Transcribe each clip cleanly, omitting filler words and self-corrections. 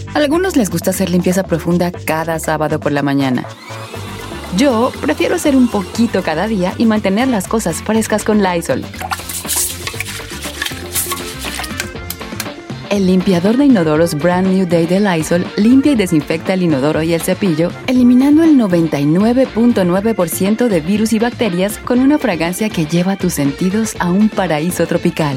A algunos les gusta hacer limpieza profunda cada sábado por la mañana. Yo prefiero hacer un poquito cada día y mantener las cosas frescas con Lysol. El limpiador de inodoros Brand New Day de Lysol limpia y desinfecta el inodoro y el cepillo, eliminando el 99.9% de virus y bacterias con una fragancia que lleva tus sentidos a un paraíso tropical.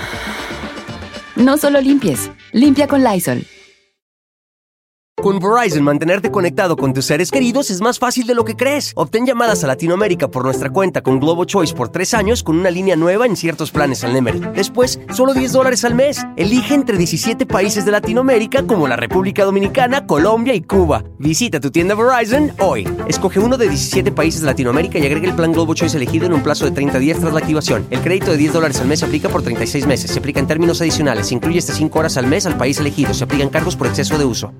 No solo limpies, limpia con Lysol. Con Verizon, mantenerte conectado con tus seres queridos es más fácil de lo que crees. Obtén llamadas a Latinoamérica por nuestra cuenta con Globo Choice por 3 años con una línea nueva en ciertos planes al Nemery. Después, solo $10 al mes. Elige entre 17 países de Latinoamérica como la República Dominicana, Colombia y Cuba. Visita tu tienda Verizon hoy. Escoge uno de 17 países de Latinoamérica y agrega el plan Globo Choice elegido en un plazo de 30 días tras la activación. El crédito de $10 al mes se aplica por 36 meses. Se aplica en términos adicionales. Se incluye hasta 5 horas al mes al país elegido. Se aplican cargos por exceso de uso.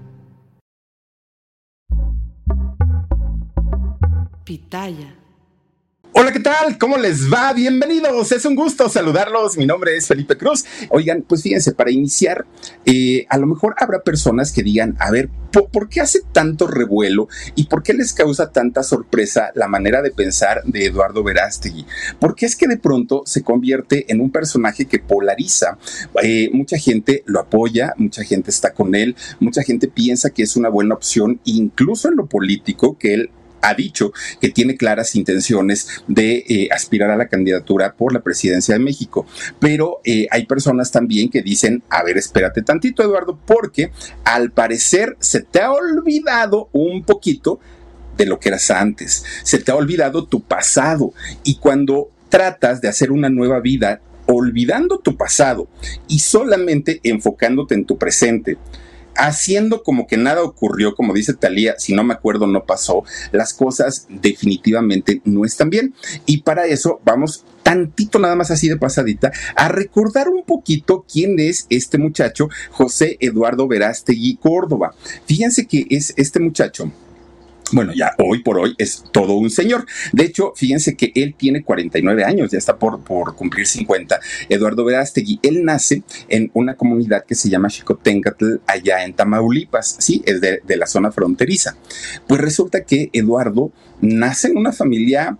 Pitaya. Hola, ¿qué tal? ¿Cómo les va? Bienvenidos, es un gusto saludarlos. Mi nombre es Felipe Cruz. Oigan, pues fíjense, para iniciar, a lo mejor habrá personas que digan, a ver, ¿por qué hace tanto revuelo y por qué les causa tanta sorpresa la manera de pensar de Eduardo Verástegui? Porque es que de pronto se convierte en un personaje que polariza. Mucha gente lo apoya, mucha gente está con él, mucha gente piensa que es una buena opción, incluso en lo político, que él ha dicho que tiene claras intenciones de aspirar a la candidatura por la presidencia de México. Pero hay personas también que dicen, a ver, espérate tantito, Eduardo, porque al parecer se te ha olvidado un poquito de lo que eras antes. Se te ha olvidado tu pasado. Y cuando tratas de hacer una nueva vida, olvidando tu pasado y solamente enfocándote en tu presente, haciendo como que nada ocurrió, como dice Thalía, si no me acuerdo no pasó, las cosas definitivamente no están bien. Y para eso vamos tantito nada más así de pasadita a recordar un poquito quién es este muchacho, José Eduardo Verástegui Córdoba. Fíjense que es este muchacho. Bueno, ya hoy por hoy es todo un señor. De hecho, fíjense que él tiene 49 años, ya está por cumplir 50. Eduardo Verástegui, él nace en una comunidad que se llama Xicoténcatl, allá en Tamaulipas, sí, es de la zona fronteriza. Pues resulta que Eduardo nace en una familia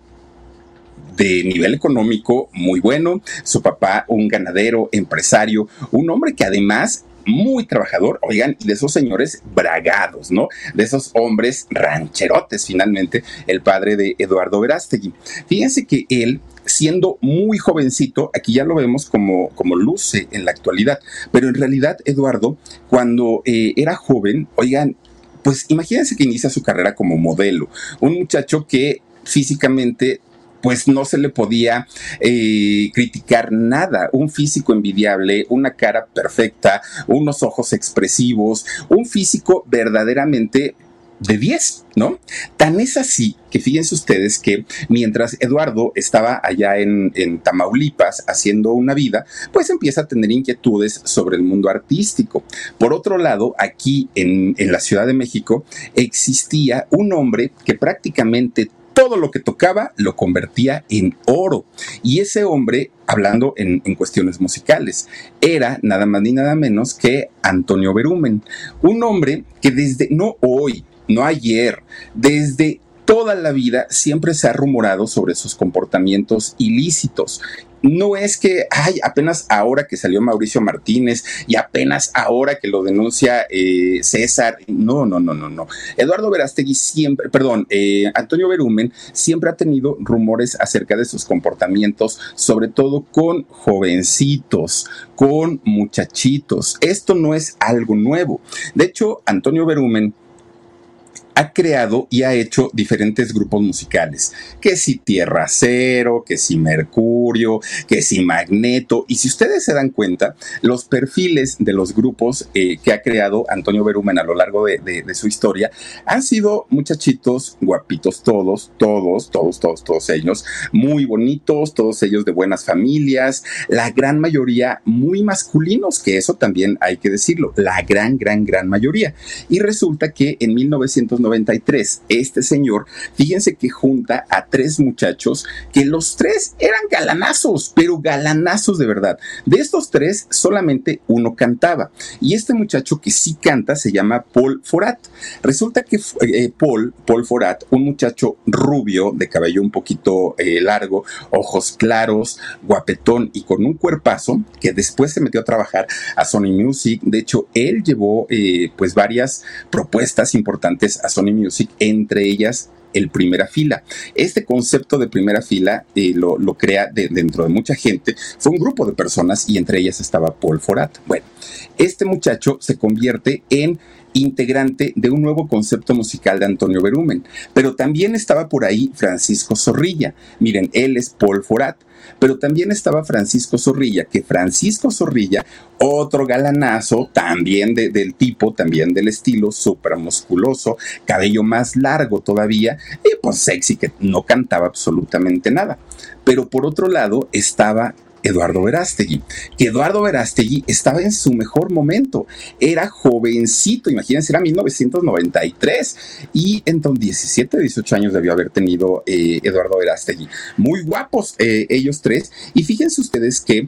de nivel económico muy bueno. Su papá, un ganadero, empresario, un hombre que además muy trabajador, oigan, y de esos señores bragados, ¿no? De esos hombres rancherotes, finalmente, el padre de Eduardo Verástegui. Fíjense que él, siendo muy jovencito, aquí ya lo vemos como luce en la actualidad, pero en realidad Eduardo, cuando era joven, oigan, pues imagínense que inicia su carrera como modelo, un muchacho que físicamente pues no se le podía criticar nada, un físico envidiable, una cara perfecta, unos ojos expresivos, un físico verdaderamente de 10, ¿no? Tan es así que fíjense ustedes que mientras Eduardo estaba allá en Tamaulipas haciendo una vida, pues empieza a tener inquietudes sobre el mundo artístico. Por otro lado, aquí en la Ciudad de México existía un hombre que prácticamente todo lo que tocaba lo convertía en oro. Y ese hombre, hablando en cuestiones musicales, era nada más ni nada menos que Antonio Berumen. Un hombre que desde, no hoy, no ayer, desde toda la vida siempre se ha rumorado sobre sus comportamientos ilícitos. No es que, apenas ahora que salió Mauricio Martínez y apenas ahora que lo denuncia César. No. Eduardo Verástegui Antonio Berumen siempre ha tenido rumores acerca de sus comportamientos, sobre todo con jovencitos, con muchachitos. Esto no es algo nuevo. De hecho, Antonio Berumen ha creado y ha hecho diferentes grupos musicales, que si Tierra Cero, que si Mercurio, que si Magneto, y si ustedes se dan cuenta, los perfiles de los grupos que ha creado Antonio Berumen a lo largo de su historia han sido muchachitos guapitos todos ellos, muy bonitos, todos ellos de buenas familias, la gran mayoría muy masculinos, que eso también hay que decirlo, la gran mayoría. Y resulta que en 1990 1993, este señor, fíjense que junta a 3 muchachos que los 3 eran galanazos, pero galanazos de verdad. De estos 3, solamente uno cantaba. Y este muchacho que sí canta se llama Paul Forat. Resulta que Paul Forat, un muchacho rubio, de cabello un poquito largo, ojos claros, guapetón y con un cuerpazo, que después se metió a trabajar a Sony Music. De hecho, él llevó pues varias propuestas importantes a Sony Music, entre ellas el Primera Fila. Este concepto de Primera Fila lo crea dentro de mucha gente. Fue un grupo de personas y entre ellas estaba Paul Forat. Bueno, este muchacho se convierte en integrante de un nuevo concepto musical de Antonio Berumen, pero también estaba por ahí Francisco Zorrilla. Miren, él es Paul Forat, pero también estaba Francisco Zorrilla, que Francisco Zorrilla, otro galanazo, también del tipo, también del estilo, súper musculoso, cabello más largo todavía, y pues sexy, que no cantaba absolutamente nada. Pero por otro lado estaba Eduardo Verástegui, que Eduardo Verástegui estaba en su mejor momento, era jovencito, imagínense, era 1993 y entonces 17, 18 años debió haber tenido Eduardo Verástegui, muy guapos ellos 3, y fíjense ustedes que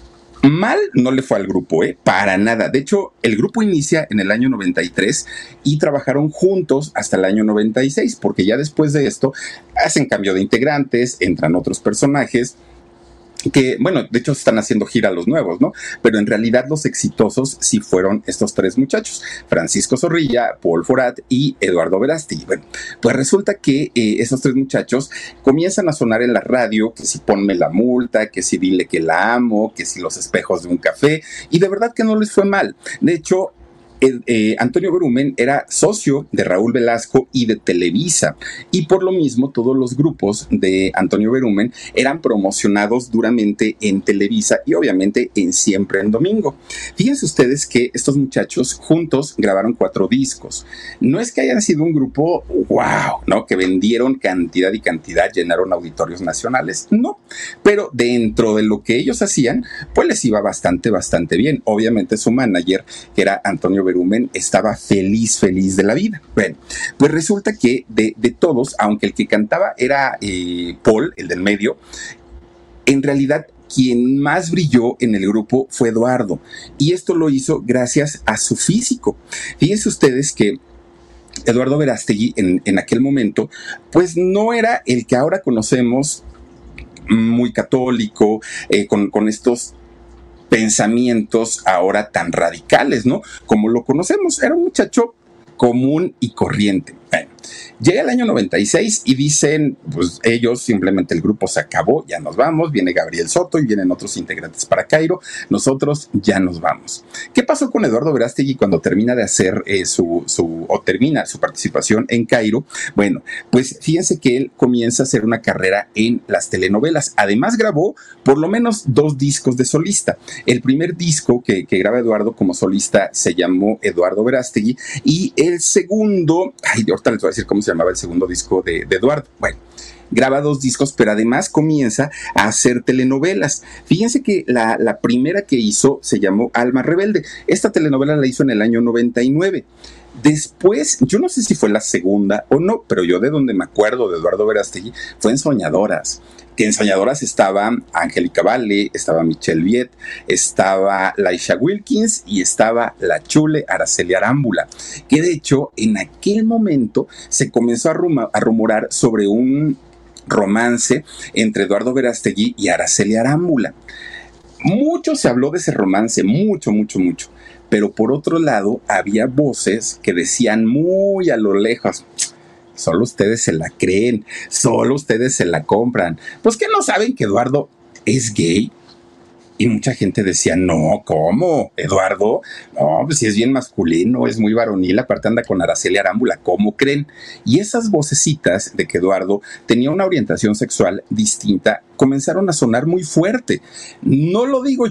mal no le fue al grupo, para nada. De hecho, el grupo inicia en el año 93 y trabajaron juntos hasta el año 96, porque ya después de esto hacen cambio de integrantes, entran otros personajes, que, bueno, de hecho están haciendo gira los nuevos, ¿no? Pero en realidad los exitosos sí fueron estos 3 muchachos, Francisco Zorrilla, Paul Forat y Eduardo Verástegui. Bueno, pues resulta que esos 3 muchachos comienzan a sonar en la radio, que si ponme la multa, que si dile que la amo, que si los espejos de un café, y de verdad que no les fue mal. De hecho, Antonio Berumen era socio de Raúl Velasco y de Televisa, y por lo mismo todos los grupos de Antonio Berumen eran promocionados duramente en Televisa y obviamente en Siempre en Domingo. Fíjense ustedes que estos muchachos juntos grabaron 4 discos. No es que hayan sido un grupo wow, ¿no? Que vendieron cantidad y cantidad, llenaron auditorios nacionales, no, pero dentro de lo que ellos hacían, pues les iba bastante bien. Obviamente su manager, que era Antonio Berumen, estaba feliz de la vida. Bueno, pues resulta que de todos, aunque el que cantaba era Paul, el del medio, en realidad quien más brilló en el grupo fue Eduardo, y esto lo hizo gracias a su físico. Fíjense ustedes que Eduardo Verástegui en aquel momento, pues no era el que ahora conocemos, muy católico, con estos pensamientos ahora tan radicales, ¿no? Como lo conocemos, era un muchacho común y corriente. Bueno, llega el año 96 y dicen, pues ellos, simplemente el grupo se acabó, ya nos vamos, viene Gabriel Soto y vienen otros integrantes para Cairo, nosotros ya nos vamos. ¿Qué pasó con Eduardo Verástegui cuando termina de hacer termina su participación en Cairo? Bueno, pues fíjense que él comienza a hacer una carrera en las telenovelas. Además grabó por lo menos 2 discos de solista. El primer disco que graba Eduardo como solista se llamó Eduardo Verástegui, y el segundo, ahorita les voy a decir cómo se llamaba el segundo disco de Eduardo. Bueno, graba 2 discos, pero además comienza a hacer telenovelas. Fíjense que la primera que hizo se llamó Alma Rebelde. Esta telenovela la hizo en el año 99. Después, yo no sé si fue la segunda o no, pero yo de donde me acuerdo de Eduardo Verástegui fue en Soñadoras, que en Soñadoras estaba Angélica Vale, estaba Michelle Viet, estaba Laisha Wilkins y estaba la chule Araceli Arámbula, que de hecho en aquel momento se comenzó a rumorar sobre un romance entre Eduardo Verástegui y Araceli Arámbula. Mucho se habló de ese romance, mucho. Pero por otro lado, había voces que decían muy a lo lejos, solo ustedes se la creen, solo ustedes se la compran. Pues que no saben que Eduardo es gay. Y mucha gente decía, no, ¿cómo? ¿Eduardo? No, pues si es bien masculino, es muy varonil, aparte anda con Araceli Arámbula, ¿cómo creen? Y esas vocecitas de que Eduardo tenía una orientación sexual distinta comenzaron a sonar muy fuerte. No lo digo yo,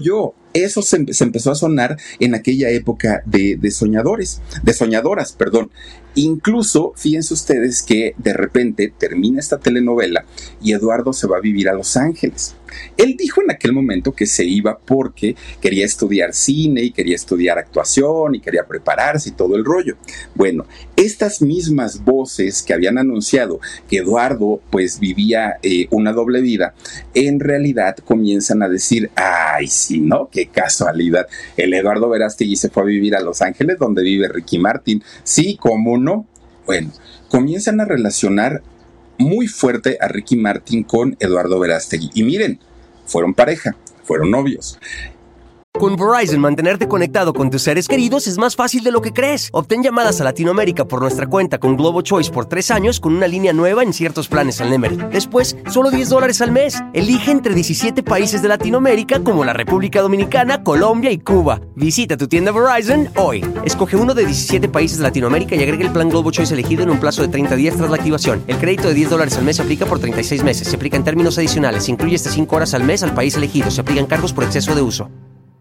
Eso se empezó a sonar en aquella época de soñadores, de soñadoras, perdón. Incluso, fíjense ustedes que de repente termina esta telenovela y Eduardo se va a vivir a Los Ángeles. Él dijo en aquel momento que se iba porque quería estudiar cine y quería estudiar actuación y quería prepararse y todo el rollo. Bueno, estas mismas voces que habían anunciado que Eduardo pues vivía una doble vida, en realidad comienzan a decir, ay, sí, ¿no? Qué casualidad. El Eduardo Verástegui se fue a vivir a Los Ángeles donde vive Ricky Martin. Sí, ¿cómo no? Bueno, comienzan a relacionar muy fuerte a Ricky Martin con Eduardo Verástegui. Y miren, fueron pareja, fueron novios. Con Verizon, mantenerte conectado con tus seres queridos es más fácil de lo que crees. Obtén llamadas a Latinoamérica por nuestra cuenta con Globo Choice por 3 años con una línea nueva en ciertos planes al Nemery. Después, solo $10 al mes. Elige entre 17 países de Latinoamérica como la República Dominicana, Colombia y Cuba. Visita tu tienda Verizon hoy. Escoge uno de 17 países de Latinoamérica y agrega el plan Globo Choice elegido en un plazo de 30 días tras la activación. El crédito de $10 al mes se aplica por 36 meses. Se aplica en términos adicionales. Se incluye hasta 5 horas al mes al país elegido. Se aplican cargos por exceso de uso.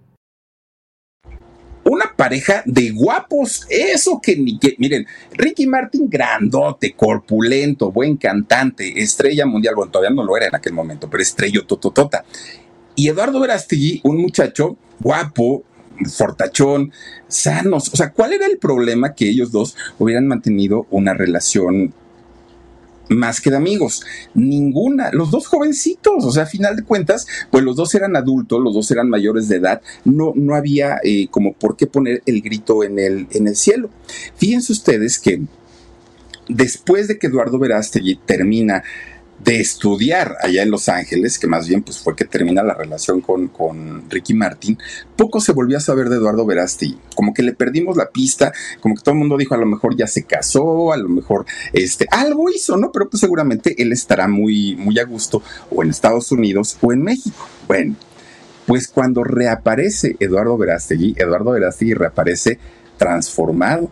Una pareja de guapos, eso que ni que, miren, Ricky Martin grandote, corpulento, buen cantante, estrella mundial, bueno, todavía no lo era en aquel momento, pero estrella tototota. Y Eduardo Verástegui, un muchacho guapo, fortachón, sanos, o sea, ¿cuál era el problema que ellos dos hubieran mantenido una relación más que de amigos? Ninguna, los dos jovencitos, o sea, a final de cuentas, pues los dos eran adultos, los dos eran mayores de edad, no había como por qué poner el grito en el cielo. Fíjense ustedes que después de que Eduardo Verástegui termina de estudiar allá en Los Ángeles, que más bien pues fue que termina la relación con Ricky Martin, poco se volvió a saber de Eduardo Verástegui, como que le perdimos la pista, como que todo el mundo dijo a lo mejor ya se casó, a lo mejor algo hizo, ¿no? Pero pues seguramente él estará muy, muy a gusto o en Estados Unidos o en México. Bueno, pues cuando reaparece Eduardo Verástegui reaparece transformado,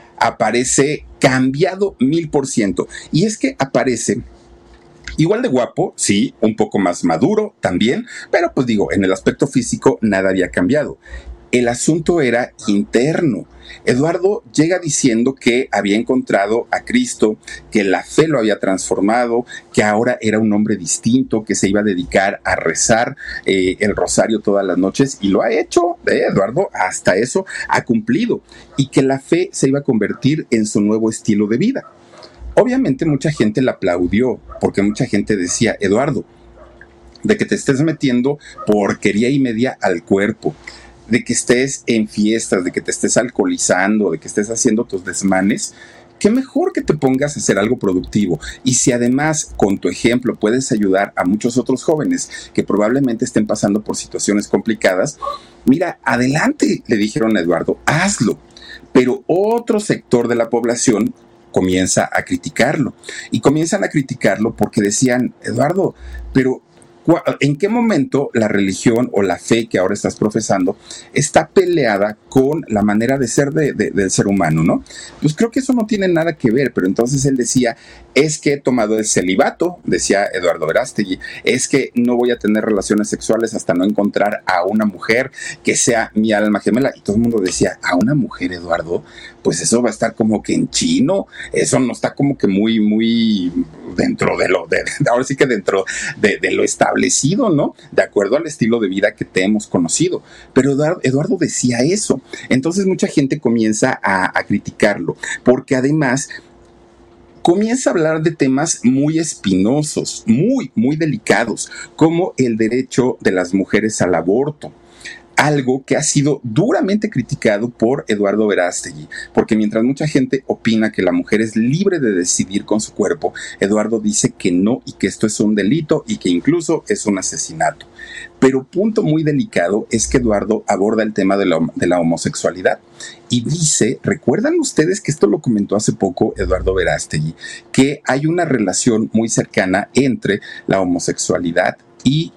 aparece cambiado 1000%, y es que aparece igual de guapo, sí, un poco más maduro también, pero pues digo, en el aspecto físico nada había cambiado. El asunto era interno. Eduardo llega diciendo que había encontrado a Cristo, que la fe lo había transformado, que ahora era un hombre distinto, que se iba a dedicar a rezar el rosario todas las noches, y lo ha hecho, Eduardo, hasta eso ha cumplido, y que la fe se iba a convertir en su nuevo estilo de vida. Obviamente mucha gente la aplaudió, porque mucha gente decía, Eduardo, de que te estés metiendo porquería y media al cuerpo, de que estés en fiestas, de que te estés alcoholizando, de que estés haciendo tus desmanes, qué mejor que te pongas a hacer algo productivo. Y si además con tu ejemplo puedes ayudar a muchos otros jóvenes que probablemente estén pasando por situaciones complicadas, mira, adelante, le dijeron a Eduardo, hazlo. Pero otro sector de la población comienza a criticarlo. Y comienzan a criticarlo porque decían, Eduardo, pero ¿en qué momento la religión o la fe que ahora estás profesando está peleada con la manera de ser del ser humano, ¿no? Pues creo que eso no tiene nada que ver, pero entonces él decía, es que he tomado el celibato, decía Eduardo Verástegui, es que no voy a tener relaciones sexuales hasta no encontrar a una mujer que sea mi alma gemela. Y todo el mundo decía, ¿a una mujer, Eduardo? Pues eso va a estar como que en chino, eso no está como que muy, muy dentro de lo, ahora sí que dentro de lo establecido, ¿no? De acuerdo al estilo de vida que te hemos conocido. Pero Eduardo decía eso. Entonces mucha gente comienza a criticarlo, porque además comienza a hablar de temas muy espinosos, muy, muy delicados, como el derecho de las mujeres al aborto. Algo que ha sido duramente criticado por Eduardo Verástegui, porque mientras mucha gente opina que la mujer es libre de decidir con su cuerpo, Eduardo dice que no, y que esto es un delito y que incluso es un asesinato. Pero punto muy delicado es que Eduardo aborda el tema de la homosexualidad y dice, ¿recuerdan ustedes que esto lo comentó hace poco Eduardo Verástegui? Que hay una relación muy cercana entre la homosexualidad y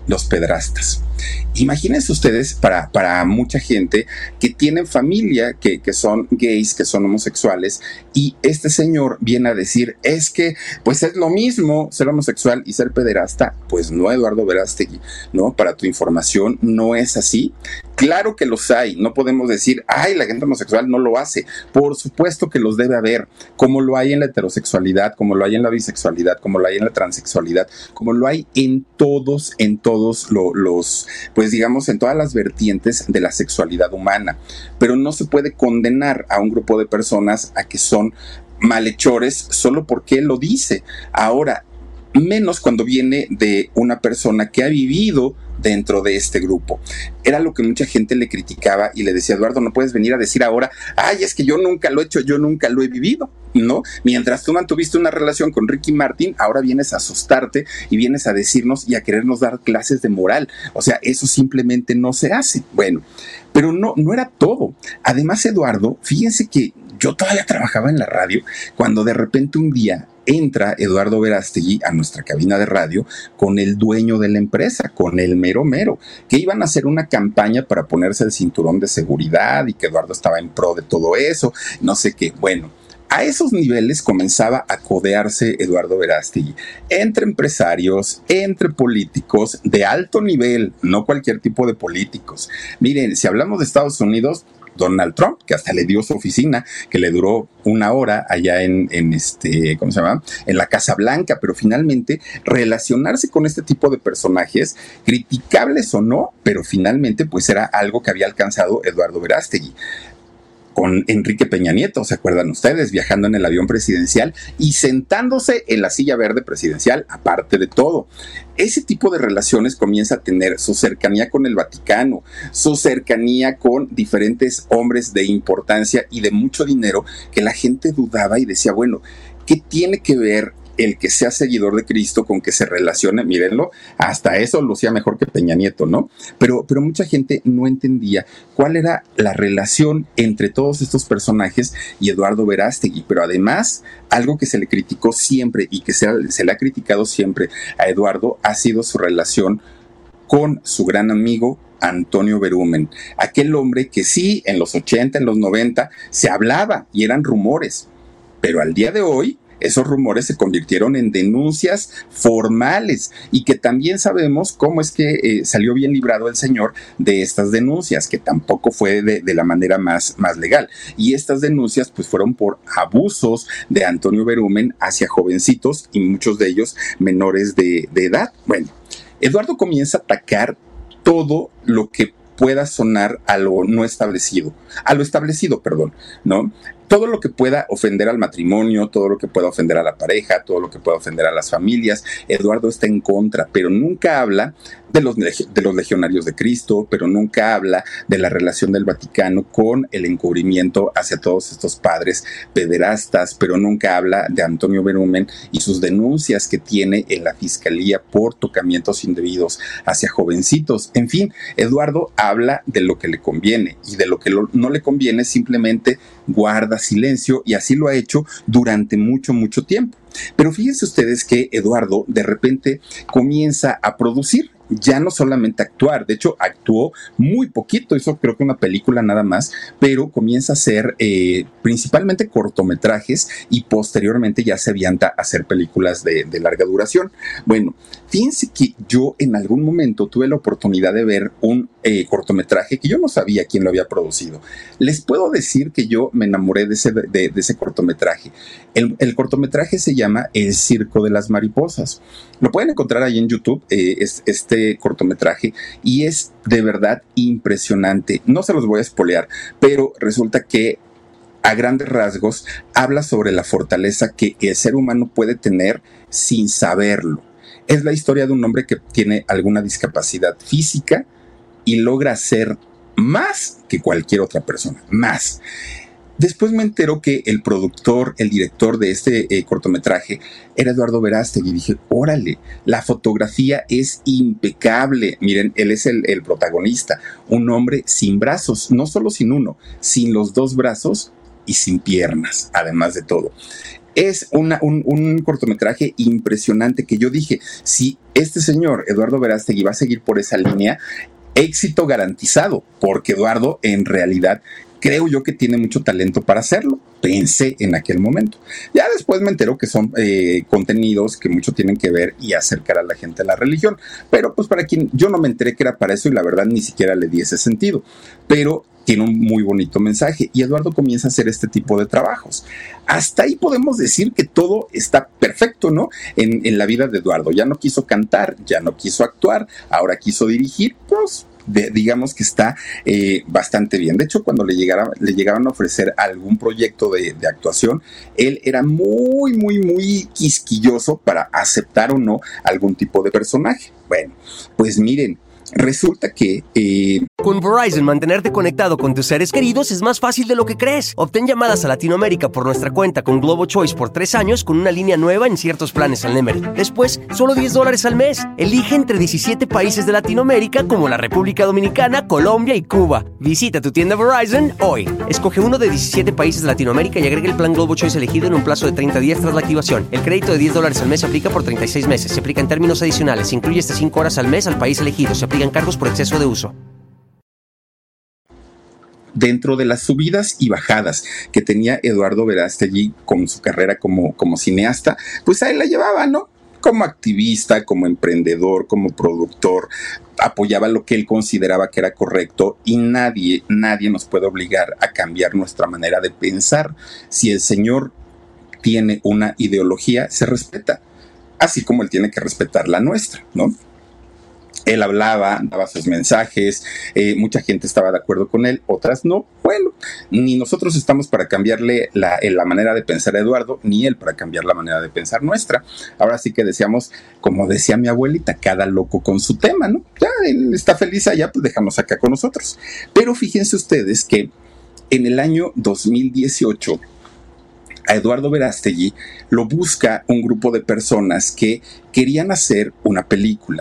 los pederastas. Imagínense ustedes, para mucha gente que tienen familia, que son gays, que son homosexuales, y este señor viene a decir, es que pues es lo mismo ser homosexual y ser pederasta. Pues no, Eduardo Verástegui, ¿no? Para tu información, no es así. Claro que los hay, no podemos decir, ay, la gente homosexual no lo hace. Por supuesto que los debe haber, como lo hay en la heterosexualidad, como lo hay en la bisexualidad, como lo hay en la transexualidad, como lo hay en todos los, pues digamos, en todas las vertientes de la sexualidad humana. Pero no se puede condenar a un grupo de personas a que son malhechores solo porque él lo dice. Ahora, menos cuando viene de una persona que ha vivido dentro de este grupo. Era lo que mucha gente le criticaba y le decía, Eduardo, no puedes venir a decir ahora, ay, es que yo nunca lo he hecho, yo nunca lo he vivido, ¿no? Mientras tú mantuviste una relación con Ricky Martin, ahora vienes a asustarte y vienes a decirnos y a querernos dar clases de moral. O sea, eso simplemente no se hace. Bueno, pero no era todo. Además, Eduardo, fíjense que yo todavía trabajaba en la radio cuando de repente un día entra Eduardo Verástegui a nuestra cabina de radio con el dueño de la empresa, con el mero mero, que iban a hacer una campaña para ponerse el cinturón de seguridad y que Eduardo estaba en pro de todo eso, no sé qué. Bueno, a esos niveles comenzaba a codearse Eduardo Verástegui entre empresarios, entre políticos de alto nivel, no cualquier tipo de políticos. Miren, si hablamos de Estados Unidos, Donald Trump, que hasta le dio su oficina, que le duró 1 hora allá en ¿cómo se llama? En la Casa Blanca, pero finalmente relacionarse con este tipo de personajes, criticables o no, pero finalmente pues era algo que había alcanzado Eduardo Verástegui. Con Enrique Peña Nieto, ¿se acuerdan ustedes? Viajando en el avión presidencial y sentándose en la silla verde presidencial, aparte de todo. Ese tipo de relaciones comienza a tener su cercanía con el Vaticano, su cercanía con diferentes hombres de importancia y de mucho dinero que la gente dudaba y decía, bueno, ¿qué tiene que ver el que sea seguidor de Cristo con que se relacione? Mírenlo, hasta eso lucía mejor que Peña Nieto, ¿no? Pero mucha gente no entendía cuál era la relación entre todos estos personajes y Eduardo Verástegui. Pero además, algo que se le criticó siempre y que se le ha criticado siempre a Eduardo ha sido su relación con su gran amigo Antonio Berumen, aquel hombre que sí, en los 80, en los 90, se hablaba y eran rumores, pero al día de hoy esos rumores se convirtieron en denuncias formales y que también sabemos cómo es que salió bien librado el señor de estas denuncias, que tampoco fue de la manera más legal. Y estas denuncias pues fueron por abusos de Antonio Berumen hacia jovencitos y muchos de ellos menores de edad. Bueno, Eduardo comienza a atacar todo lo que pueda sonar a lo no establecido, perdón, ¿no? Todo lo que pueda ofender al matrimonio, todo lo que pueda ofender a la pareja, todo lo que pueda ofender a las familias, Eduardo está en contra, pero nunca habla de los legionarios de Cristo, pero nunca habla de la relación del Vaticano con el encubrimiento hacia todos estos padres pederastas, pero nunca habla de Antonio Berumen y sus denuncias que tiene en la fiscalía por tocamientos indebidos hacia jovencitos. En fin, Eduardo habla de lo que le conviene y de lo que no le conviene simplemente guarda silencio, y así lo ha hecho durante mucho tiempo. Pero fíjense ustedes que Eduardo de repente comienza a producir, ya no solamente actuar, de hecho actuó muy poquito, hizo creo que una película nada más, pero comienza a hacer principalmente cortometrajes y posteriormente ya se avienta a hacer películas de larga duración. Bueno, fíjense que yo en algún momento tuve la oportunidad de ver un cortometraje que yo no sabía quién lo había producido. Les puedo decir que yo me enamoré de ese cortometraje. El cortometraje se llama El Circo de las Mariposas. Lo pueden encontrar ahí en YouTube, este cortometraje, y es de verdad impresionante. No se los voy a spoilear, pero resulta que a grandes rasgos habla sobre la fortaleza que el ser humano puede tener sin saberlo. Es la historia de un hombre que tiene alguna discapacidad física y logra ser más que cualquier otra persona, más. Después me entero que el productor, el director de este cortometraje era Eduardo Verástegui y dije, órale, la fotografía es impecable. Miren, él es el protagonista, un hombre sin brazos, no solo sin uno, sin los 2 brazos y sin piernas, además de todo. Es un cortometraje impresionante que yo dije, si este señor Eduardo Verástegui va a seguir por esa línea, éxito garantizado, porque Eduardo en realidad creo yo que tiene mucho talento para hacerlo. Pensé en aquel momento. Ya después me entero que son contenidos que mucho tienen que ver y acercar a la gente a la religión. Pero pues para quien yo no me enteré que era para eso y la verdad ni siquiera le di ese sentido. Pero tiene un muy bonito mensaje y Eduardo comienza a hacer este tipo de trabajos. Hasta ahí podemos decir que todo está perfecto, ¿no? En la vida de Eduardo. Ya no quiso cantar, ya no quiso actuar, ahora quiso dirigir, pues digamos que está bastante bien. De hecho, cuando le llegaban a ofrecer algún proyecto de actuación, él era muy quisquilloso para aceptar o no algún tipo de personaje. Bueno, pues miren, resulta que con Verizon, mantenerte conectado con tus seres queridos es más fácil de lo que crees. Obtén llamadas a Latinoamérica por nuestra cuenta con Globo Choice por 3 años con una línea nueva en ciertos planes al Nemery. Después, solo $10 al mes. Elige entre 17 países de Latinoamérica como la República Dominicana, Colombia y Cuba. Visita tu tienda Verizon hoy. Escoge uno de 17 países de Latinoamérica y agrega el plan Globo Choice elegido en un plazo de 30 días tras la activación. El crédito de $10 al mes se aplica por 36 meses. Se aplica en términos adicionales. Se incluye hasta 5 horas al mes al país elegido. Se aplican cargos por exceso de uso. Dentro de las subidas y bajadas que tenía Eduardo Verástegui con su carrera como cineasta, pues a él la llevaba, ¿no? Como activista, como emprendedor, como productor, apoyaba lo que él consideraba que era correcto y nadie nos puede obligar a cambiar nuestra manera de pensar. Si el señor tiene una ideología, se respeta, así como él tiene que respetar la nuestra, ¿no? Él hablaba, daba sus mensajes, mucha gente estaba de acuerdo con él, otras no. Bueno, ni nosotros estamos para cambiarle la manera de pensar a Eduardo, ni él para cambiar la manera de pensar nuestra. Ahora sí que decíamos, como decía mi abuelita, cada loco con su tema, ¿no? Ya él está feliz allá, pues dejamos acá con nosotros. Pero fíjense ustedes que en el año 2018, a Eduardo Verástegui lo busca un grupo de personas que querían hacer una película.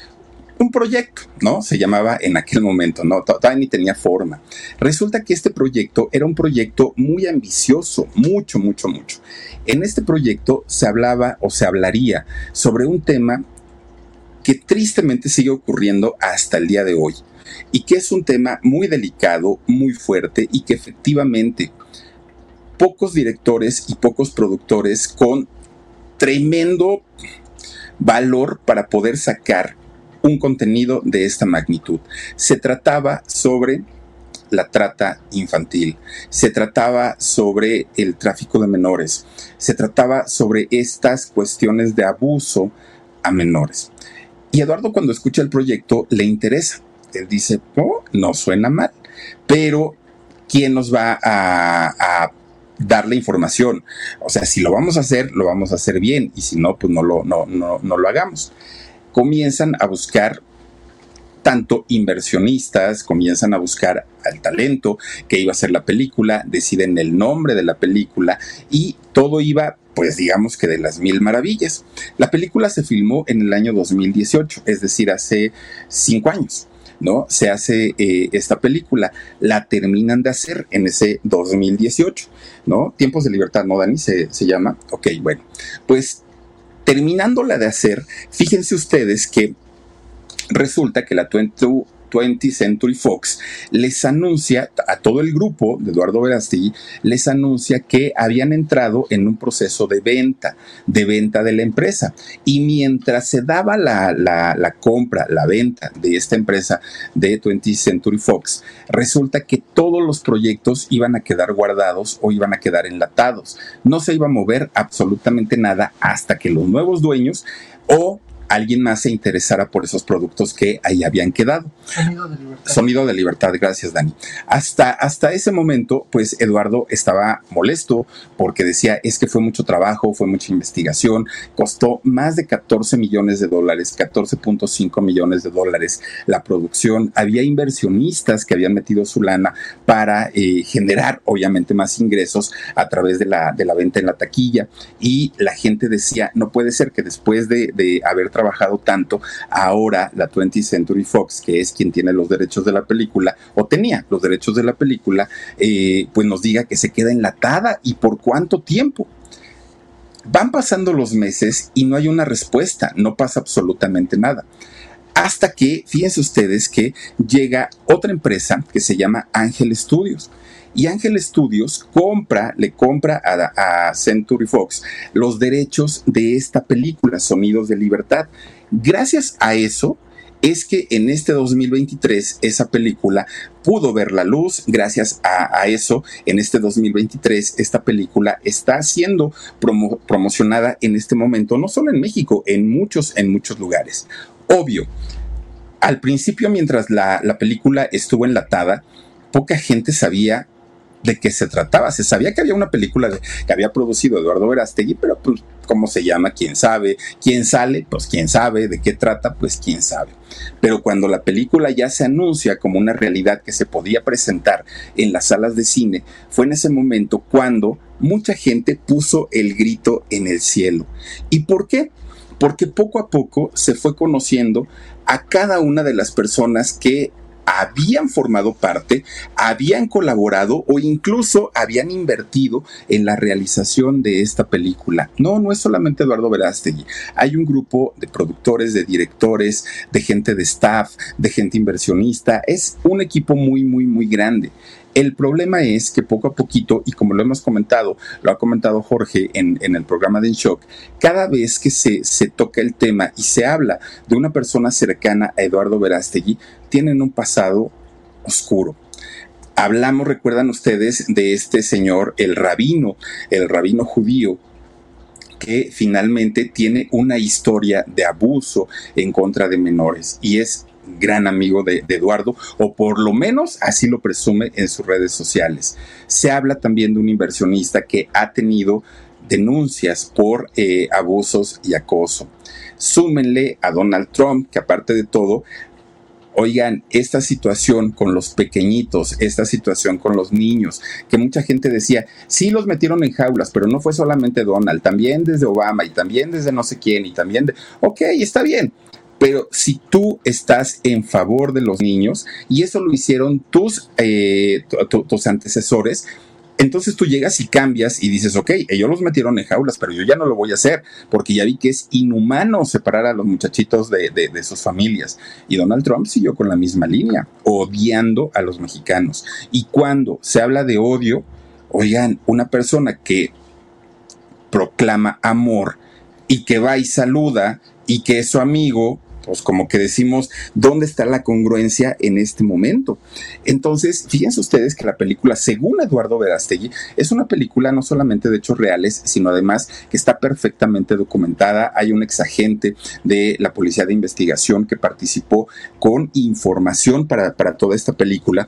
Un proyecto, ¿no? Se llamaba en aquel momento, ¿no? Todavía ni tenía forma. Resulta que este proyecto era un proyecto muy ambicioso, mucho. En este proyecto se hablaba o se hablaría sobre un tema que tristemente sigue ocurriendo hasta el día de hoy y que es un tema muy delicado, muy fuerte y que efectivamente pocos directores y pocos productores con tremendo valor para poder sacar un contenido de esta magnitud. Se trataba sobre la trata infantil, se trataba sobre el tráfico de menores, se trataba sobre estas cuestiones de abuso a menores. Y Eduardo, cuando escucha el proyecto, le interesa. Él dice, oh, no suena mal, pero ¿quién nos va a dar la información? O sea, si lo vamos a hacer bien, y si no, pues no lo hagamos. Comienzan a buscar tanto inversionistas, comienzan a buscar al talento que iba a hacer la película, deciden el nombre de la película y todo iba, pues digamos que de las mil maravillas. La película se filmó en el año 2018, es decir, hace 5 años, ¿no? Se hace esta película, la terminan de hacer en ese 2018, ¿no? Tiempos de Libertad, ¿no, Dani? Se llama. Ok, bueno, pues terminándola de hacer, fíjense ustedes que resulta que la 20th Century Fox les anuncia a todo el grupo de Eduardo Verástegui, les anuncia que habían entrado en un proceso de venta de la empresa. Y mientras se daba la compra, la venta de esta empresa de 20th Century Fox, resulta que todos los proyectos iban a quedar guardados o iban a quedar enlatados. No se iba a mover absolutamente nada hasta que los nuevos dueños o alguien más se interesara por esos productos que ahí habían quedado. Sonido de Libertad, gracias, Dani. Hasta ese momento, pues Eduardo estaba molesto porque decía, es que fue mucho trabajo, fue mucha investigación, costó más de $14 millones, 14.5 millones de dólares la producción. Había inversionistas que habían metido su lana para generar, obviamente, más ingresos a través de la venta en la taquilla. Y la gente decía, no puede ser que después de haber trabajado tanto, ahora la 20th Century Fox, que es quien tiene los derechos de la película, o tenía los derechos de la película, pues nos diga que se queda enlatada y por cuánto tiempo. Van pasando los meses y no hay una respuesta, no pasa absolutamente nada. Hasta que, fíjense ustedes que llega otra empresa que se llama Ángel Studios. Y Ángel Studios le compra a Century Fox los derechos de esta película, Sonidos de Libertad. Gracias a eso es que en este 2023 esa película pudo ver la luz. Gracias a eso, en este 2023 esta película está siendo promocionada en este momento, no solo en México, en muchos lugares. Obvio, al principio, mientras la película estuvo enlatada, poca gente sabía de qué se trataba. Se sabía que había una película que había producido Eduardo Verástegui, pero pues, ¿cómo se llama? ¿Quién sabe? ¿Quién sale? Pues quién sabe. ¿De qué trata? Pues quién sabe. Pero cuando la película ya se anuncia como una realidad que se podía presentar en las salas de cine, fue en ese momento cuando mucha gente puso el grito en el cielo. ¿Y por qué? Porque poco a poco se fue conociendo a cada una de las personas que habían formado parte, habían colaborado o incluso habían invertido en la realización de esta película. No es solamente Eduardo Verástegui. Hay un grupo de productores, de directores, de gente de staff, de gente inversionista. Es un equipo muy, muy, muy grande. El problema es que poco a poquito, y como lo hemos comentado, lo ha comentado Jorge en el programa de En Shock, cada vez que se toca el tema y se habla de una persona cercana a Eduardo Verástegui, tienen un pasado oscuro. Hablamos, recuerdan ustedes, de este señor, el rabino judío, que finalmente tiene una historia de abuso en contra de menores y es gran amigo de Eduardo, o por lo menos así lo presume en sus redes sociales. Se habla también de un inversionista que ha tenido denuncias por abusos y acoso. Súmenle a Donald Trump, que aparte de todo, oigan, esta situación con los pequeñitos, esta situación con los niños, que mucha gente decía, sí los metieron en jaulas, pero no fue solamente Donald, también desde Obama y también desde no sé quién y también ok, está bien. Pero si tú estás en favor de los niños, y eso lo hicieron tus antecesores, entonces tú llegas y cambias y dices, ok, ellos los metieron en jaulas, pero yo ya no lo voy a hacer, porque ya vi que es inhumano separar a los muchachitos de sus familias. Y Donald Trump siguió con la misma línea, odiando a los mexicanos. Y cuando se habla de odio, oigan, una persona que proclama amor y que va y saluda y que es su amigo, pues como que decimos, ¿dónde está la congruencia en este momento? Entonces, fíjense ustedes que la película, según Eduardo Verástegui, es una película no solamente de hechos reales, sino además que está perfectamente documentada. Hay un exagente de la Policía de Investigación que participó con información para toda esta película.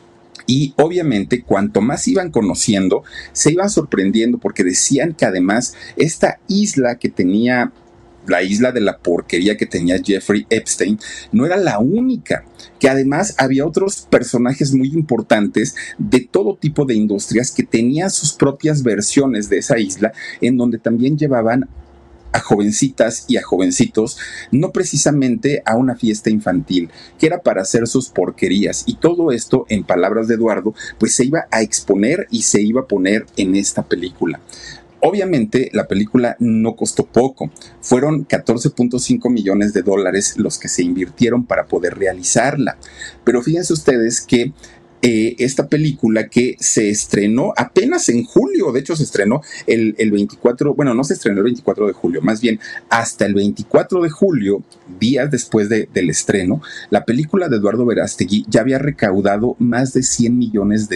Y obviamente, cuanto más iban conociendo, se iban sorprendiendo porque decían que además esta isla que tenía, la isla de la porquería que tenía Jeffrey Epstein, no era la única, que además había otros personajes muy importantes de todo tipo de industrias que tenían sus propias versiones de esa isla, en donde también llevaban a jovencitas y a jovencitos, no precisamente a una fiesta infantil, que era para hacer sus porquerías. Y todo esto, en palabras de Eduardo, pues se iba a exponer y se iba a poner en esta película. Obviamente la película no costó poco, fueron $14.5 millones los que se invirtieron para poder realizarla, pero fíjense ustedes que esta película que se estrenó apenas en julio, de hecho se estrenó el 24, bueno, no se estrenó el 24 de julio, más bien hasta el 24 de julio, días después del estreno, la película de Eduardo Verástegui ya había recaudado más de $100 millones.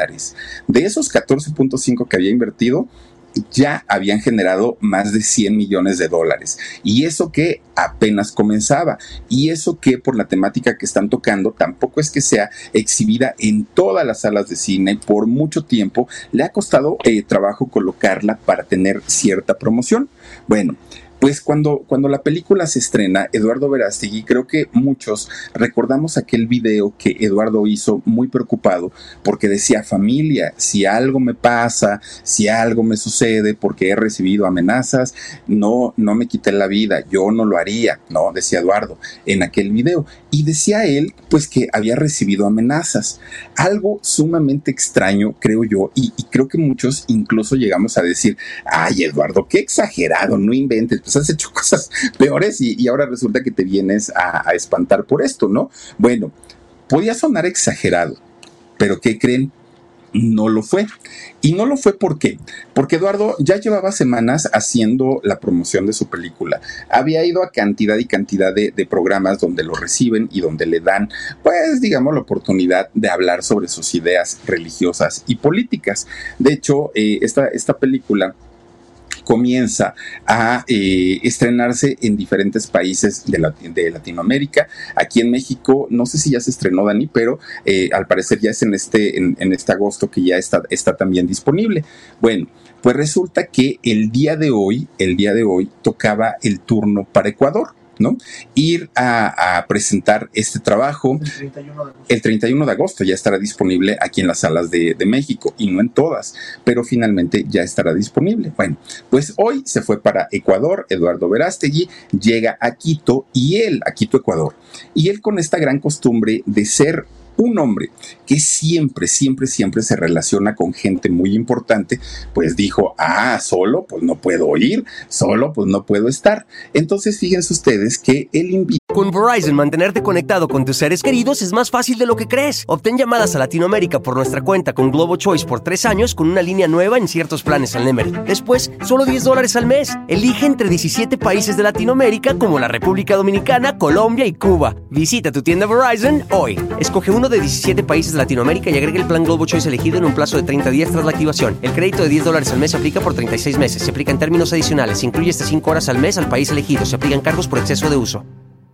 De esos 14.5 que había invertido, ya habían generado más de $100 millones. Y eso que apenas comenzaba. Y eso que por la temática que están tocando, tampoco es que sea exhibida en todas las salas de cine. Por mucho tiempo le ha costado trabajo colocarla para tener cierta promoción. Bueno, Pues cuando la película se estrena, Eduardo Verástegui, creo que muchos recordamos aquel video que Eduardo hizo muy preocupado porque decía: familia, si algo me pasa, si algo me sucede porque he recibido amenazas, no me quité la vida, yo no lo haría, ¿no? Decía Eduardo en aquel video. Y decía él, pues, que había recibido amenazas. Algo sumamente extraño, creo yo, y creo que muchos incluso llegamos a decir: ay, Eduardo, qué exagerado, no inventes, pues has hecho cosas peores y ahora resulta que te vienes a espantar por esto, ¿no? Bueno, podía sonar exagerado, pero ¿qué creen? No lo fue. Y no lo fue ¿por qué? Porque Eduardo ya llevaba semanas haciendo la promoción de su película. Había ido a cantidad y cantidad de programas donde lo reciben y donde le dan, pues, digamos, la oportunidad de hablar sobre sus ideas religiosas y políticas. De hecho, esta película comienza a estrenarse en diferentes países de Latinoamérica. Aquí en México, no sé si ya se estrenó, Dani, pero al parecer ya es en este agosto que ya está también disponible. Bueno, pues resulta que el día de hoy tocaba el turno para Ecuador, ¿no? Ir a presentar este trabajo. El 31 de agosto ya estará disponible aquí en las salas de México, y no en todas, pero finalmente ya estará disponible. Bueno, pues hoy se fue para Ecuador. Eduardo Verástegui llega a Quito, a Quito, Ecuador. Y él, con esta gran costumbre de ser un hombre que siempre se relaciona con gente muy importante, pues dijo: solo pues no puedo ir, solo pues no puedo estar. Entonces fíjense ustedes que él invita. Con Verizon, mantenerte conectado con tus seres queridos es más fácil de lo que crees. Obtén llamadas a Latinoamérica por nuestra cuenta con Globo Choice por 3 años con una línea nueva en ciertos planes al Nemery. Después, solo $10 al mes. Elige entre 17 países de Latinoamérica como la República Dominicana, Colombia y Cuba. Visita tu tienda Verizon hoy. Escoge uno de 17 países de Latinoamérica y agrega el plan Globo Choice elegido en un plazo de 30 días tras la activación. El crédito de $10 al mes se aplica por 36 meses. Se aplica en términos adicionales. Se incluye hasta 5 horas al mes al país elegido. Se aplican cargos por exceso de uso.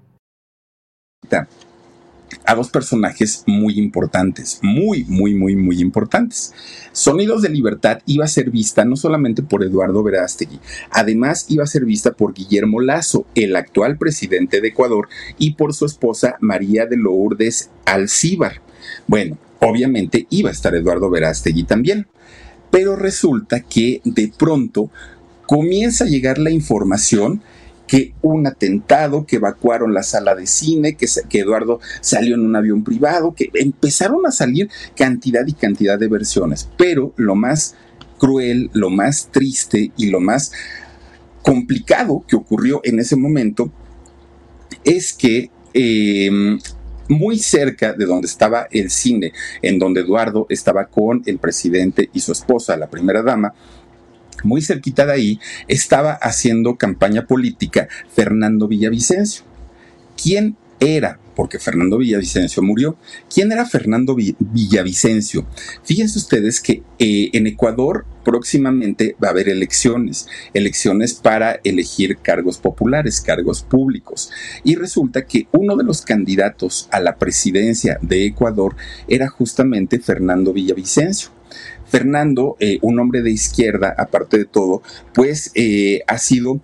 A dos personajes muy importantes, muy importantes. Sonidos de Libertad iba a ser vista no solamente por Eduardo Verástegui, además iba a ser vista por Guillermo Lasso, el actual presidente de Ecuador, y por su esposa María de Lourdes Alcíbar. Bueno, obviamente iba a estar Eduardo Verástegui también, pero resulta que de pronto comienza a llegar la información que un atentado, que evacuaron la sala de cine, que Eduardo salió en un avión privado, que empezaron a salir cantidad y cantidad de versiones. Pero lo más cruel, lo más triste y lo más complicado que ocurrió en ese momento es que muy cerca de donde estaba el cine, en donde Eduardo estaba con el presidente y su esposa, la primera dama, muy cerquita de ahí estaba haciendo campaña política Fernando Villavicencio. ¿Quién era? Porque Fernando Villavicencio murió. ¿Quién era Fernando Villavicencio? Fíjense ustedes que en Ecuador próximamente va a haber elecciones para elegir cargos populares, cargos públicos. Y resulta que uno de los candidatos a la presidencia de Ecuador era justamente Fernando Villavicencio. Fernando, un hombre de izquierda, aparte de todo, pues ha sido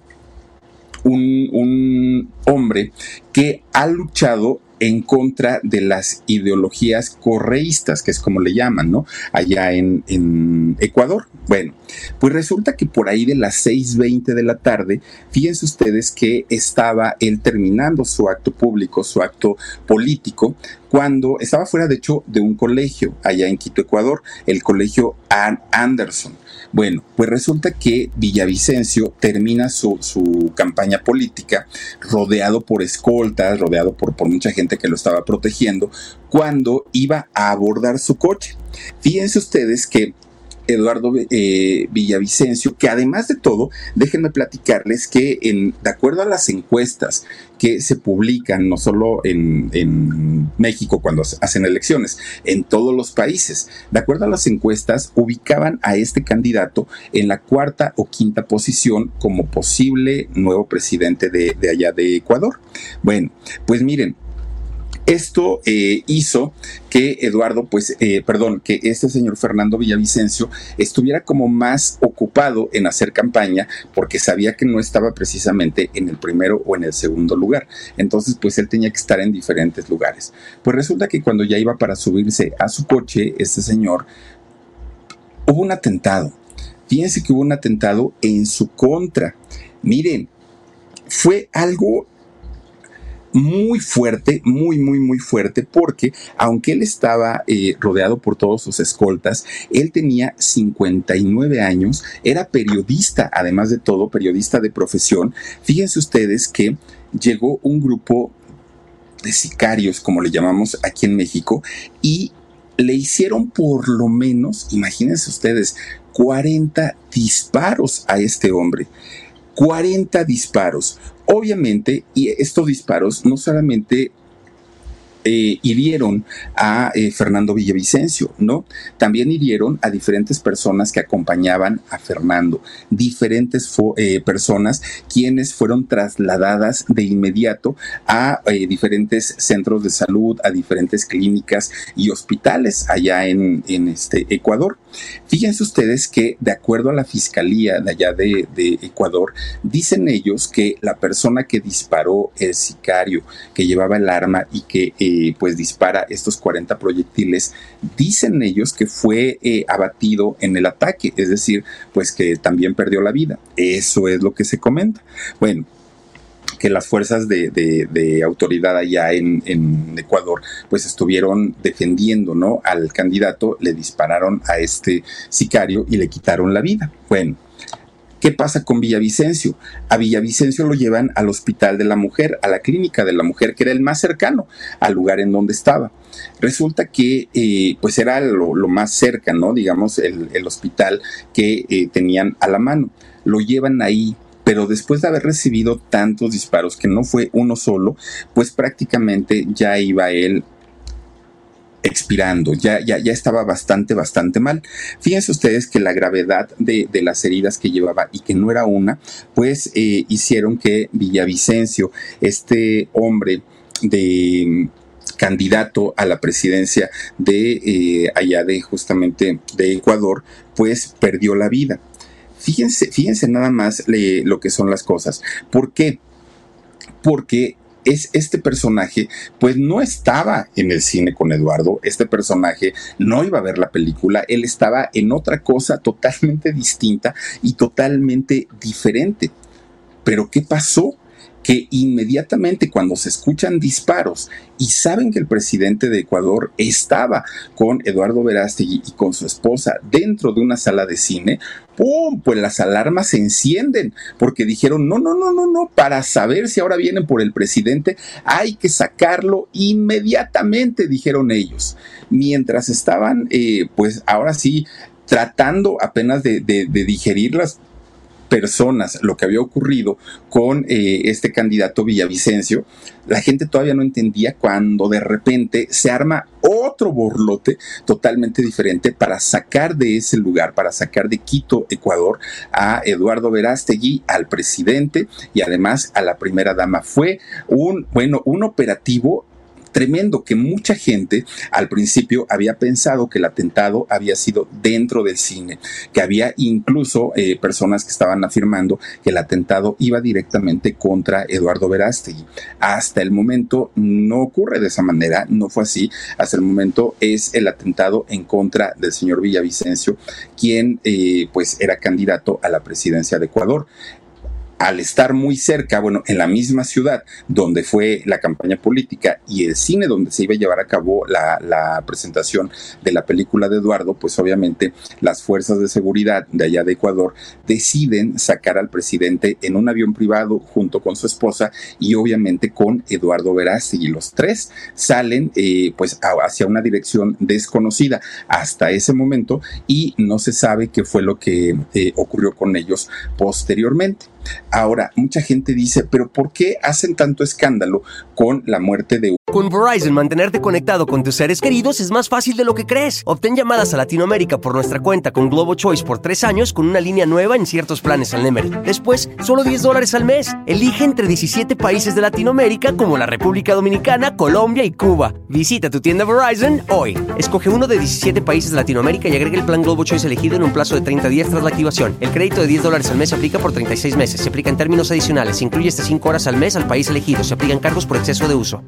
un hombre que ha luchado en contra de las ideologías correístas, que es como le llaman, ¿no? Allá en Ecuador. Bueno, pues resulta que por ahí de las 6:20 de la tarde, fíjense ustedes que estaba él terminando su acto público, su acto político, cuando estaba fuera, de hecho, de un colegio allá en Quito, Ecuador, el colegio Ann Anderson. Bueno, pues resulta que Villavicencio termina su campaña política rodeado por escoltas, rodeado por mucha gente que lo estaba protegiendo, cuando iba a abordar su coche. Fíjense ustedes que Eduardo Villavicencio, que además de todo, déjenme platicarles que de acuerdo a las encuestas que se publican, no solo en México cuando hacen elecciones, en todos los países, de acuerdo a las encuestas, ubicaban a este candidato en la 4ª o 5ª posición como posible nuevo presidente de allá de Ecuador. Bueno, pues miren, Esto hizo que Eduardo, que este señor Fernando Villavicencio estuviera como más ocupado en hacer campaña porque sabía que no estaba precisamente en el primero o en el segundo lugar. Entonces, pues él tenía que estar en diferentes lugares. Pues resulta que cuando ya iba para subirse a su coche, este señor, hubo un atentado. Fíjense que hubo un atentado en su contra. Miren, fue algo muy fuerte, muy fuerte, porque aunque él estaba rodeado por todos sus escoltas, él tenía 59 años, era periodista, además de todo, periodista de profesión. Fíjense ustedes que llegó un grupo de sicarios, como le llamamos aquí en México, y le hicieron por lo menos, imagínense ustedes, 40 disparos a este hombre. 40 disparos. Obviamente, y estos disparos no solamente hirieron a Fernando Villavicencio, ¿no? También hirieron a diferentes personas que acompañaban a Fernando, diferentes personas quienes fueron trasladadas de inmediato a diferentes centros de salud, a diferentes clínicas y hospitales allá en Ecuador. Fíjense ustedes que, de acuerdo a la fiscalía de allá de Ecuador, dicen ellos que la persona que disparó, el sicario que llevaba el arma y que pues dispara estos 40 proyectiles, dicen ellos que fue abatido en el ataque, es decir, pues que también perdió la vida. Eso es lo que se comenta. Bueno, que las fuerzas de autoridad allá en Ecuador pues estuvieron defendiendo, ¿no?, al candidato, le dispararon a este sicario y le quitaron la vida. Bueno, ¿qué pasa con Villavicencio? A Villavicencio lo llevan al Hospital de la Mujer, a la Clínica de la Mujer, que era el más cercano al lugar en donde estaba. Resulta que pues era lo más cerca, ¿no?, digamos, el hospital que tenían a la mano. Lo llevan ahí, pero después de haber recibido tantos disparos, que no fue uno solo, pues prácticamente ya iba él expirando, ya estaba bastante mal. Fíjense ustedes que la gravedad de las heridas que llevaba, y que no era una, pues hicieron que Villavicencio, este hombre de candidato a la presidencia de allá de justamente de Ecuador, pues perdió la vida. Fíjense nada más lo que son las cosas. ¿Por qué? Porque este personaje pues no estaba en el cine con Eduardo, este personaje no iba a ver la película, él estaba en otra cosa totalmente distinta y totalmente diferente. ¿Pero qué pasó? Que inmediatamente cuando se escuchan disparos y saben que el presidente de Ecuador estaba con Eduardo Verástegui y con su esposa dentro de una sala de cine, ¡pum!, pues las alarmas se encienden, porque dijeron, no, para saber si ahora vienen por el presidente hay que sacarlo inmediatamente, dijeron ellos. Mientras estaban, pues ahora sí, tratando apenas de digerir las personas lo que había ocurrido con este candidato Villavicencio, la gente todavía no entendía, cuando de repente se arma otro borlote totalmente diferente para sacar de ese lugar, para sacar de Quito, Ecuador, a Eduardo Verástegui, al presidente y además a la primera dama. Fue un operativo tremendo, que mucha gente al principio había pensado que el atentado había sido dentro del cine, que había incluso personas que estaban afirmando que el atentado iba directamente contra Eduardo Verástegui. Hasta el momento no ocurre de esa manera, no fue así. Hasta el momento es el atentado en contra del señor Villavicencio, quien pues era candidato a la presidencia de Ecuador. Al estar muy cerca, en la misma ciudad donde fue la campaña política y el cine donde se iba a llevar a cabo la presentación de la película de Eduardo, pues obviamente las fuerzas de seguridad de allá de Ecuador deciden sacar al presidente en un avión privado junto con su esposa y obviamente con Eduardo Verástegui. Los tres salen pues hacia una dirección desconocida hasta ese momento y no se sabe qué fue lo que ocurrió con ellos posteriormente. Ahora, mucha gente dice, pero ¿por qué hacen tanto escándalo con la muerte de... Con Verizon, mantenerte conectado con tus seres queridos es más fácil de lo que crees. Obtén llamadas a Latinoamérica por nuestra cuenta con Globo Choice por 3 años con una línea nueva en ciertos planes al Nemery. Después, solo $10 al mes. Elige entre 17 países de Latinoamérica como la República Dominicana, Colombia y Cuba. Visita tu tienda Verizon hoy. Escoge uno de 17 países de Latinoamérica y agrega el plan Globo Choice elegido en un plazo de 30 días tras la activación. El crédito de $10 al mes se aplica por 36 meses. Se aplica en términos adicionales. Se incluye hasta 5 horas al mes al país elegido. Se aplican cargos por exceso de uso.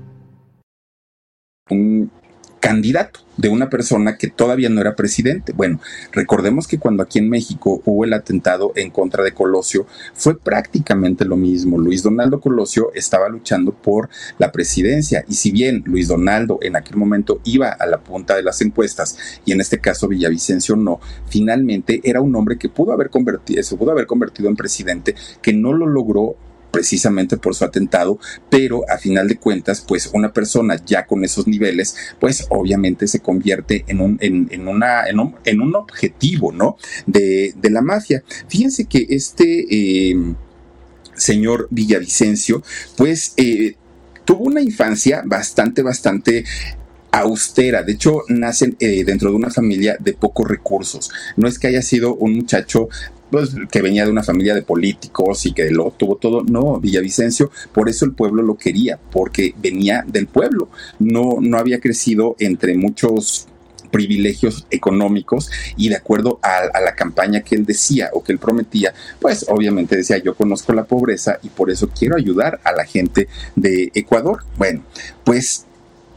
Un candidato de una persona que todavía no era presidente. Bueno, recordemos que cuando aquí en México hubo el atentado en contra de Colosio, fue prácticamente lo mismo. Luis Donaldo Colosio estaba luchando por la presidencia, y si bien Luis Donaldo en aquel momento iba a la punta de las encuestas, y en este caso Villavicencio no, finalmente era un hombre que se pudo haber convertido en presidente, que no lo logró precisamente por su atentado, pero a final de cuentas, pues una persona ya con esos niveles, pues obviamente se convierte en un objetivo, ¿no? De la mafia. Fíjense que señor Villavicencio, pues tuvo una infancia bastante austera. De hecho, nace dentro de una familia de pocos recursos. No es que haya sido un muchacho pues, que venía de una familia de políticos y que lo tuvo todo. No, Villavicencio, por eso el pueblo lo quería, porque venía del pueblo. No había crecido entre muchos privilegios económicos, y de acuerdo a la campaña que él decía o que él prometía, pues obviamente decía, yo conozco la pobreza y por eso quiero ayudar a la gente de Ecuador. Bueno, pues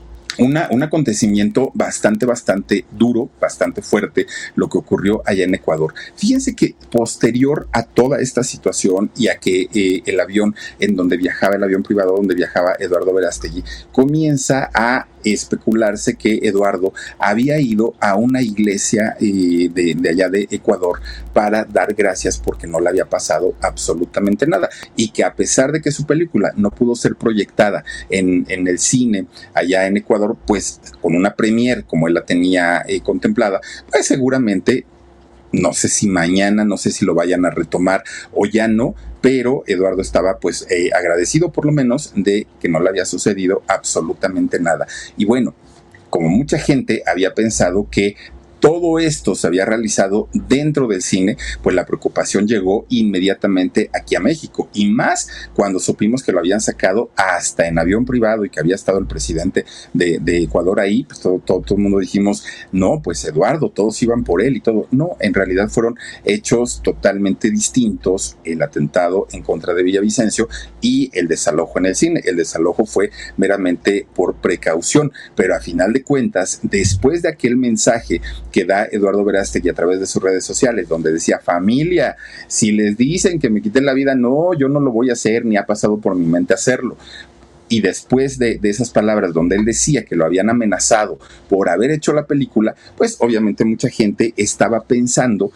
un acontecimiento bastante duro, bastante fuerte, lo que ocurrió allá en Ecuador. Fíjense que posterior a toda esta situación y a que el avión en donde viajaba, el avión privado donde viajaba Eduardo Verástegui, comienza a especularse que Eduardo había ido a una iglesia de allá de Ecuador para dar gracias porque no le había pasado absolutamente nada, y que a pesar de que su película no pudo ser proyectada en el cine allá en Ecuador, pues con una premiere como él la tenía contemplada, pues seguramente, no sé si mañana, no sé si lo vayan a retomar o ya no, pero Eduardo estaba pues agradecido por lo menos de que no le había sucedido absolutamente nada. Y bueno, como mucha gente había pensado que todo esto se había realizado dentro del cine, pues la preocupación llegó inmediatamente aquí a México, y más cuando supimos que lo habían sacado hasta en avión privado y que había estado el presidente de Ecuador ahí. Pues todo el mundo dijimos, no, pues Eduardo, todos iban por él y todo. No, en realidad fueron hechos totalmente distintos, el atentado en contra de Villavicencio y el desalojo en el cine. El desalojo fue meramente por precaución, pero a final de cuentas, después de aquel mensaje que da Eduardo Verástegui a través de sus redes sociales, donde decía, familia, si les dicen que me quiten la vida, no, yo no lo voy a hacer, ni ha pasado por mi mente hacerlo. Y después de esas palabras donde él decía que lo habían amenazado por haber hecho la película, pues obviamente mucha gente estaba pensando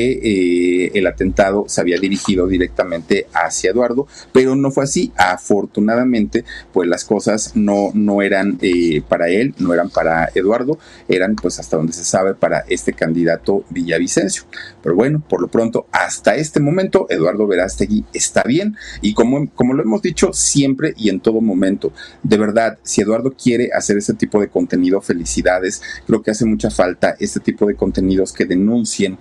que el atentado se había dirigido directamente hacia Eduardo, pero no fue así. Afortunadamente, pues las cosas no eran para él, no eran para Eduardo, eran pues hasta donde se sabe para este candidato Villavicencio. Pero bueno, por lo pronto, hasta este momento, Eduardo Verástegui está bien, y como lo hemos dicho siempre y en todo momento, de verdad, si Eduardo quiere hacer este tipo de contenido, felicidades. Creo que hace mucha falta este tipo de contenidos que denuncien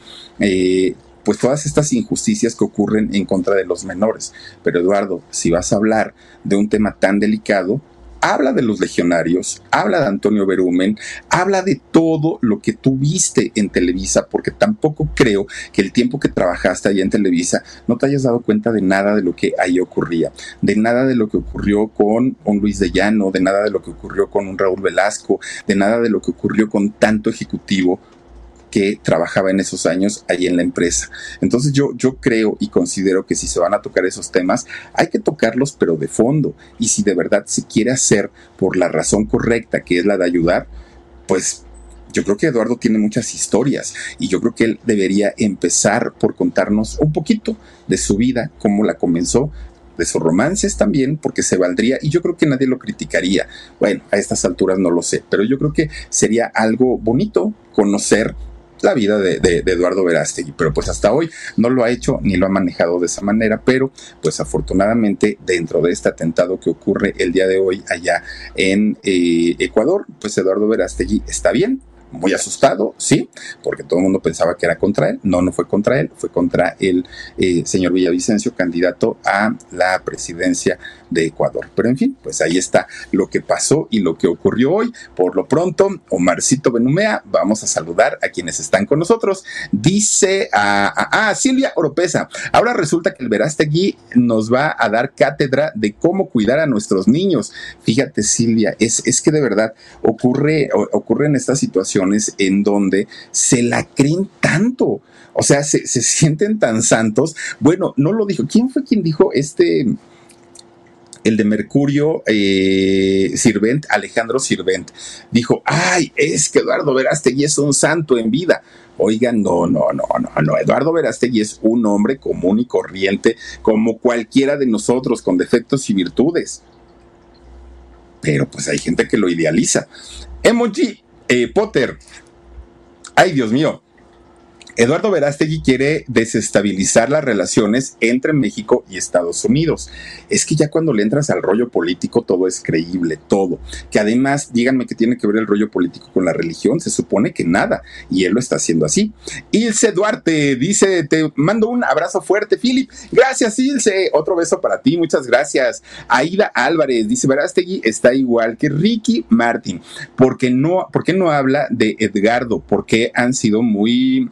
pues todas estas injusticias que ocurren en contra de los menores. Pero Eduardo, si vas a hablar de un tema tan delicado, habla de los legionarios, habla de Antonio Berumen, habla de todo lo que tú viste en Televisa, porque tampoco creo que el tiempo que trabajaste allá en Televisa no te hayas dado cuenta de nada de lo que ahí ocurría, de nada de lo que ocurrió con un Luis de Llano, de nada de lo que ocurrió con un Raúl Velasco, de nada de lo que ocurrió con tanto ejecutivo que trabajaba en esos años ahí en la empresa. Entonces yo creo y considero que si se van a tocar esos temas, hay que tocarlos pero de fondo, y si de verdad se quiere hacer por la razón correcta, que es la de ayudar, pues yo creo que Eduardo tiene muchas historias, y yo creo que él debería empezar por contarnos un poquito de su vida, cómo la comenzó, de sus romances también, porque se valdría, y yo creo que nadie lo criticaría. Bueno, a estas alturas no lo sé, pero yo creo que sería algo bonito conocer la vida de Eduardo Verástegui, pero pues hasta hoy no lo ha hecho ni lo ha manejado de esa manera, pero pues afortunadamente dentro de este atentado que ocurre el día de hoy allá en Ecuador, pues Eduardo Verástegui está bien. Muy asustado, sí, porque todo el mundo pensaba que era contra él. No fue contra él, fue contra el señor Villavicencio, candidato a la presidencia de Ecuador. Pero en fin, pues ahí está lo que pasó y lo que ocurrió hoy. Por lo pronto, Omarcito Benumea, vamos a saludar a quienes están con nosotros. Dice Silvia Oropesa, ahora resulta que el Verástegui nos va a dar cátedra de cómo cuidar a nuestros niños. Fíjate, Silvia, es que de verdad ocurren estas situaciones en donde se la creen tanto, o sea, se sienten tan santos. Bueno, no lo dijo, ¿quién fue quien dijo el de Mercurio, Sirvent, Alejandro Sirvent, dijo, ay, es que Eduardo Verástegui es un santo en vida? Oigan, no, Eduardo Verástegui es un hombre común y corriente, como cualquiera de nosotros, con defectos y virtudes, pero pues hay gente que lo idealiza. Emoji Potter, ay Dios mío, Eduardo Verástegui quiere desestabilizar las relaciones entre México y Estados Unidos. Es que ya cuando le entras al rollo político todo es creíble, todo. Que además, díganme qué tiene que ver el rollo político con la religión, se supone que nada, y él lo está haciendo así. Ilse Duarte dice, te mando un abrazo fuerte, Philip. Gracias, Ilse, otro beso para ti, muchas gracias. Aida Álvarez dice, Verástegui está igual que Ricky Martin. ¿Por qué no habla de Edgardo? Porque han sido muy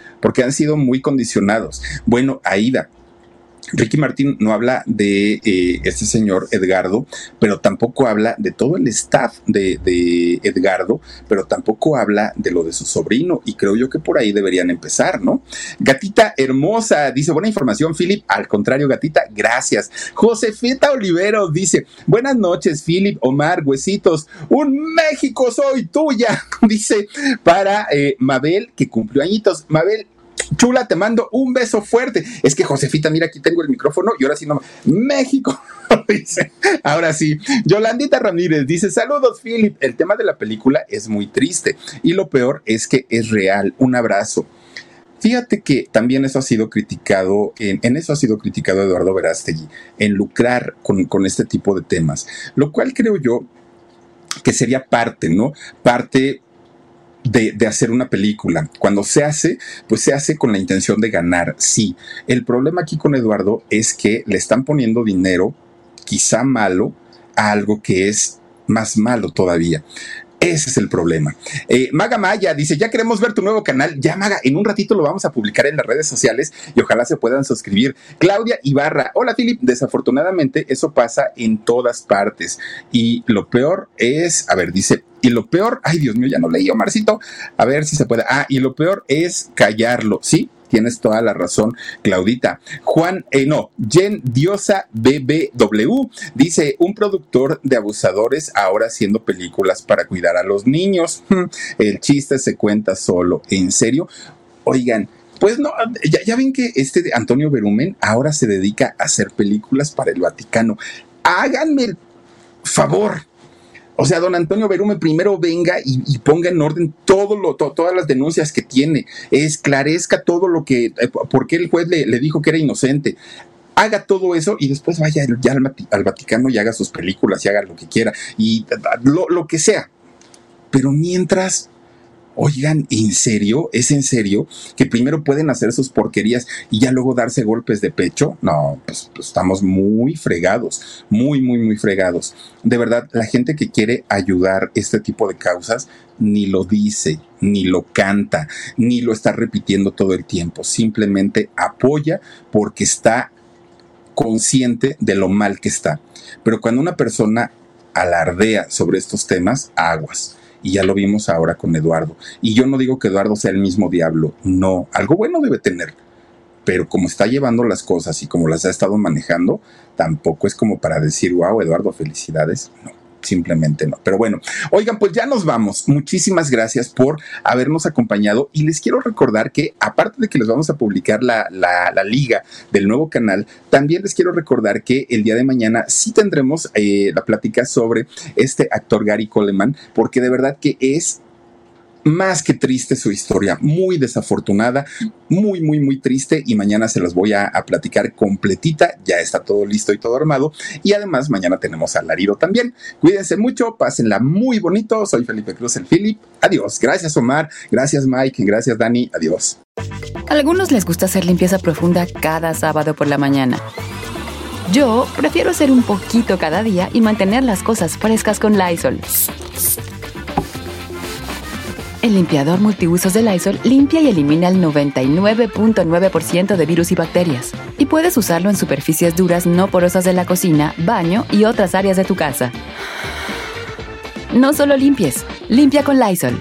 condicionados. Bueno, Aida, Ricky Martin no habla de este señor Edgardo, pero tampoco habla de todo el staff de Edgardo, pero tampoco habla de lo de su sobrino, y creo yo que por ahí deberían empezar, ¿no? Gatita Hermosa dice, buena información, Philip. Al contrario, Gatita, gracias. Josefita Oliveros dice, buenas noches, Philip, Omar, huesitos, un México soy tuya, dice para Mabel, que cumplió añitos. Mabel, chula, te mando un beso fuerte. Es que Josefita, mira, aquí tengo el micrófono y ahora sí no. México, dice. Ahora sí. Yolandita Ramírez dice, saludos, Philip. El tema de la película es muy triste y lo peor es que es real. Un abrazo. Fíjate que también eso ha sido criticado, en eso ha sido criticado Eduardo Verástegui, en lucrar con este tipo de temas, lo cual creo yo que sería parte, ¿no? Parte de hacer una película. Cuando se hace, pues se hace con la intención de ganar, sí. El problema aquí con Eduardo es que le están poniendo dinero, quizá malo, a algo que es más malo todavía. Ese es el problema. Maga Maya dice, ya queremos ver tu nuevo canal. Ya, Maga, en un ratito lo vamos a publicar en las redes sociales y ojalá se puedan suscribir. Claudia Ibarra, hola, Philip. Desafortunadamente eso pasa en todas partes. Y lo peor es, a ver, dice, y lo peor, ay Dios mío, ya no leí, Omarcito, a ver si se puede. Y lo peor es callarlo, ¿sí? Tienes toda la razón, Claudita. Jen Diosa BBW dice, un productor de abusadores ahora haciendo películas para cuidar a los niños. El chiste se cuenta solo. ¿En serio? Oigan, pues no, ya ven que de Antonio Berumen ahora se dedica a hacer películas para el Vaticano. Háganme el favor. O sea, don Antonio Berumen primero venga y ponga en orden todas las denuncias que tiene, esclarezca todo lo que, por qué el juez le dijo que era inocente, haga todo eso y después vaya ya al Vaticano y haga sus películas y haga lo que quiera y lo que sea. Pero mientras, oigan, ¿en serio? ¿Es en serio que primero pueden hacer sus porquerías y ya luego darse golpes de pecho? No, pues estamos muy fregados, muy fregados. De verdad, la gente que quiere ayudar este tipo de causas ni lo dice, ni lo canta, ni lo está repitiendo todo el tiempo. Simplemente apoya porque está consciente de lo mal que está. Pero cuando una persona alardea sobre estos temas, aguas. Y ya lo vimos ahora con Eduardo. Y yo no digo que Eduardo sea el mismo diablo. No, algo bueno debe tener. Pero como está llevando las cosas y como las ha estado manejando, tampoco es como para decir, wow, Eduardo, felicidades. No, simplemente no. Pero bueno, oigan, pues ya nos vamos. Muchísimas gracias por habernos acompañado. Y les quiero recordar que, aparte de que les vamos a publicar la liga del nuevo canal, también les quiero recordar que el día de mañana sí tendremos la plática sobre este actor Gary Coleman, porque de verdad que es más que triste su historia, muy desafortunada, muy, muy, muy triste, y mañana se los voy a platicar completita. Ya está todo listo y todo armado, y además mañana tenemos alarido también. Cuídense mucho, pásenla muy bonito. Soy Felipe Cruz, el Philip. Adiós. Gracias, Omar. Gracias, Mike. Gracias, Dani. Adiós. A algunos les gusta hacer limpieza profunda cada sábado por la mañana. Yo prefiero hacer un poquito cada día y mantener las cosas frescas con Lysol. El limpiador multiusos de Lysol limpia y elimina el 99.9% de virus y bacterias. Y puedes usarlo en superficies duras no porosas de la cocina, baño y otras áreas de tu casa. No solo limpies, limpia con Lysol.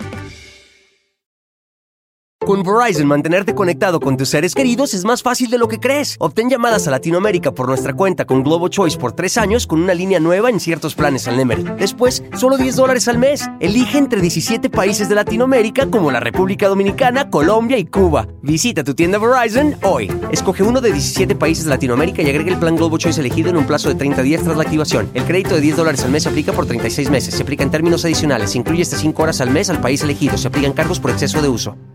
Con Verizon, mantenerte conectado con tus seres queridos es más fácil de lo que crees. Obtén llamadas a Latinoamérica por nuestra cuenta con Globo Choice por 3 años con una línea nueva en ciertos planes al Nemery. Después, solo $10 al mes. Elige entre 17 países de Latinoamérica como la República Dominicana, Colombia y Cuba. Visita tu tienda Verizon hoy. Escoge uno de 17 países de Latinoamérica y agrega el plan Globo Choice elegido en un plazo de 30 días tras la activación. El crédito de $10 al mes se aplica por 36 meses. Se aplica en términos adicionales. Se incluye hasta 5 horas al mes al país elegido. Se aplican cargos por exceso de uso.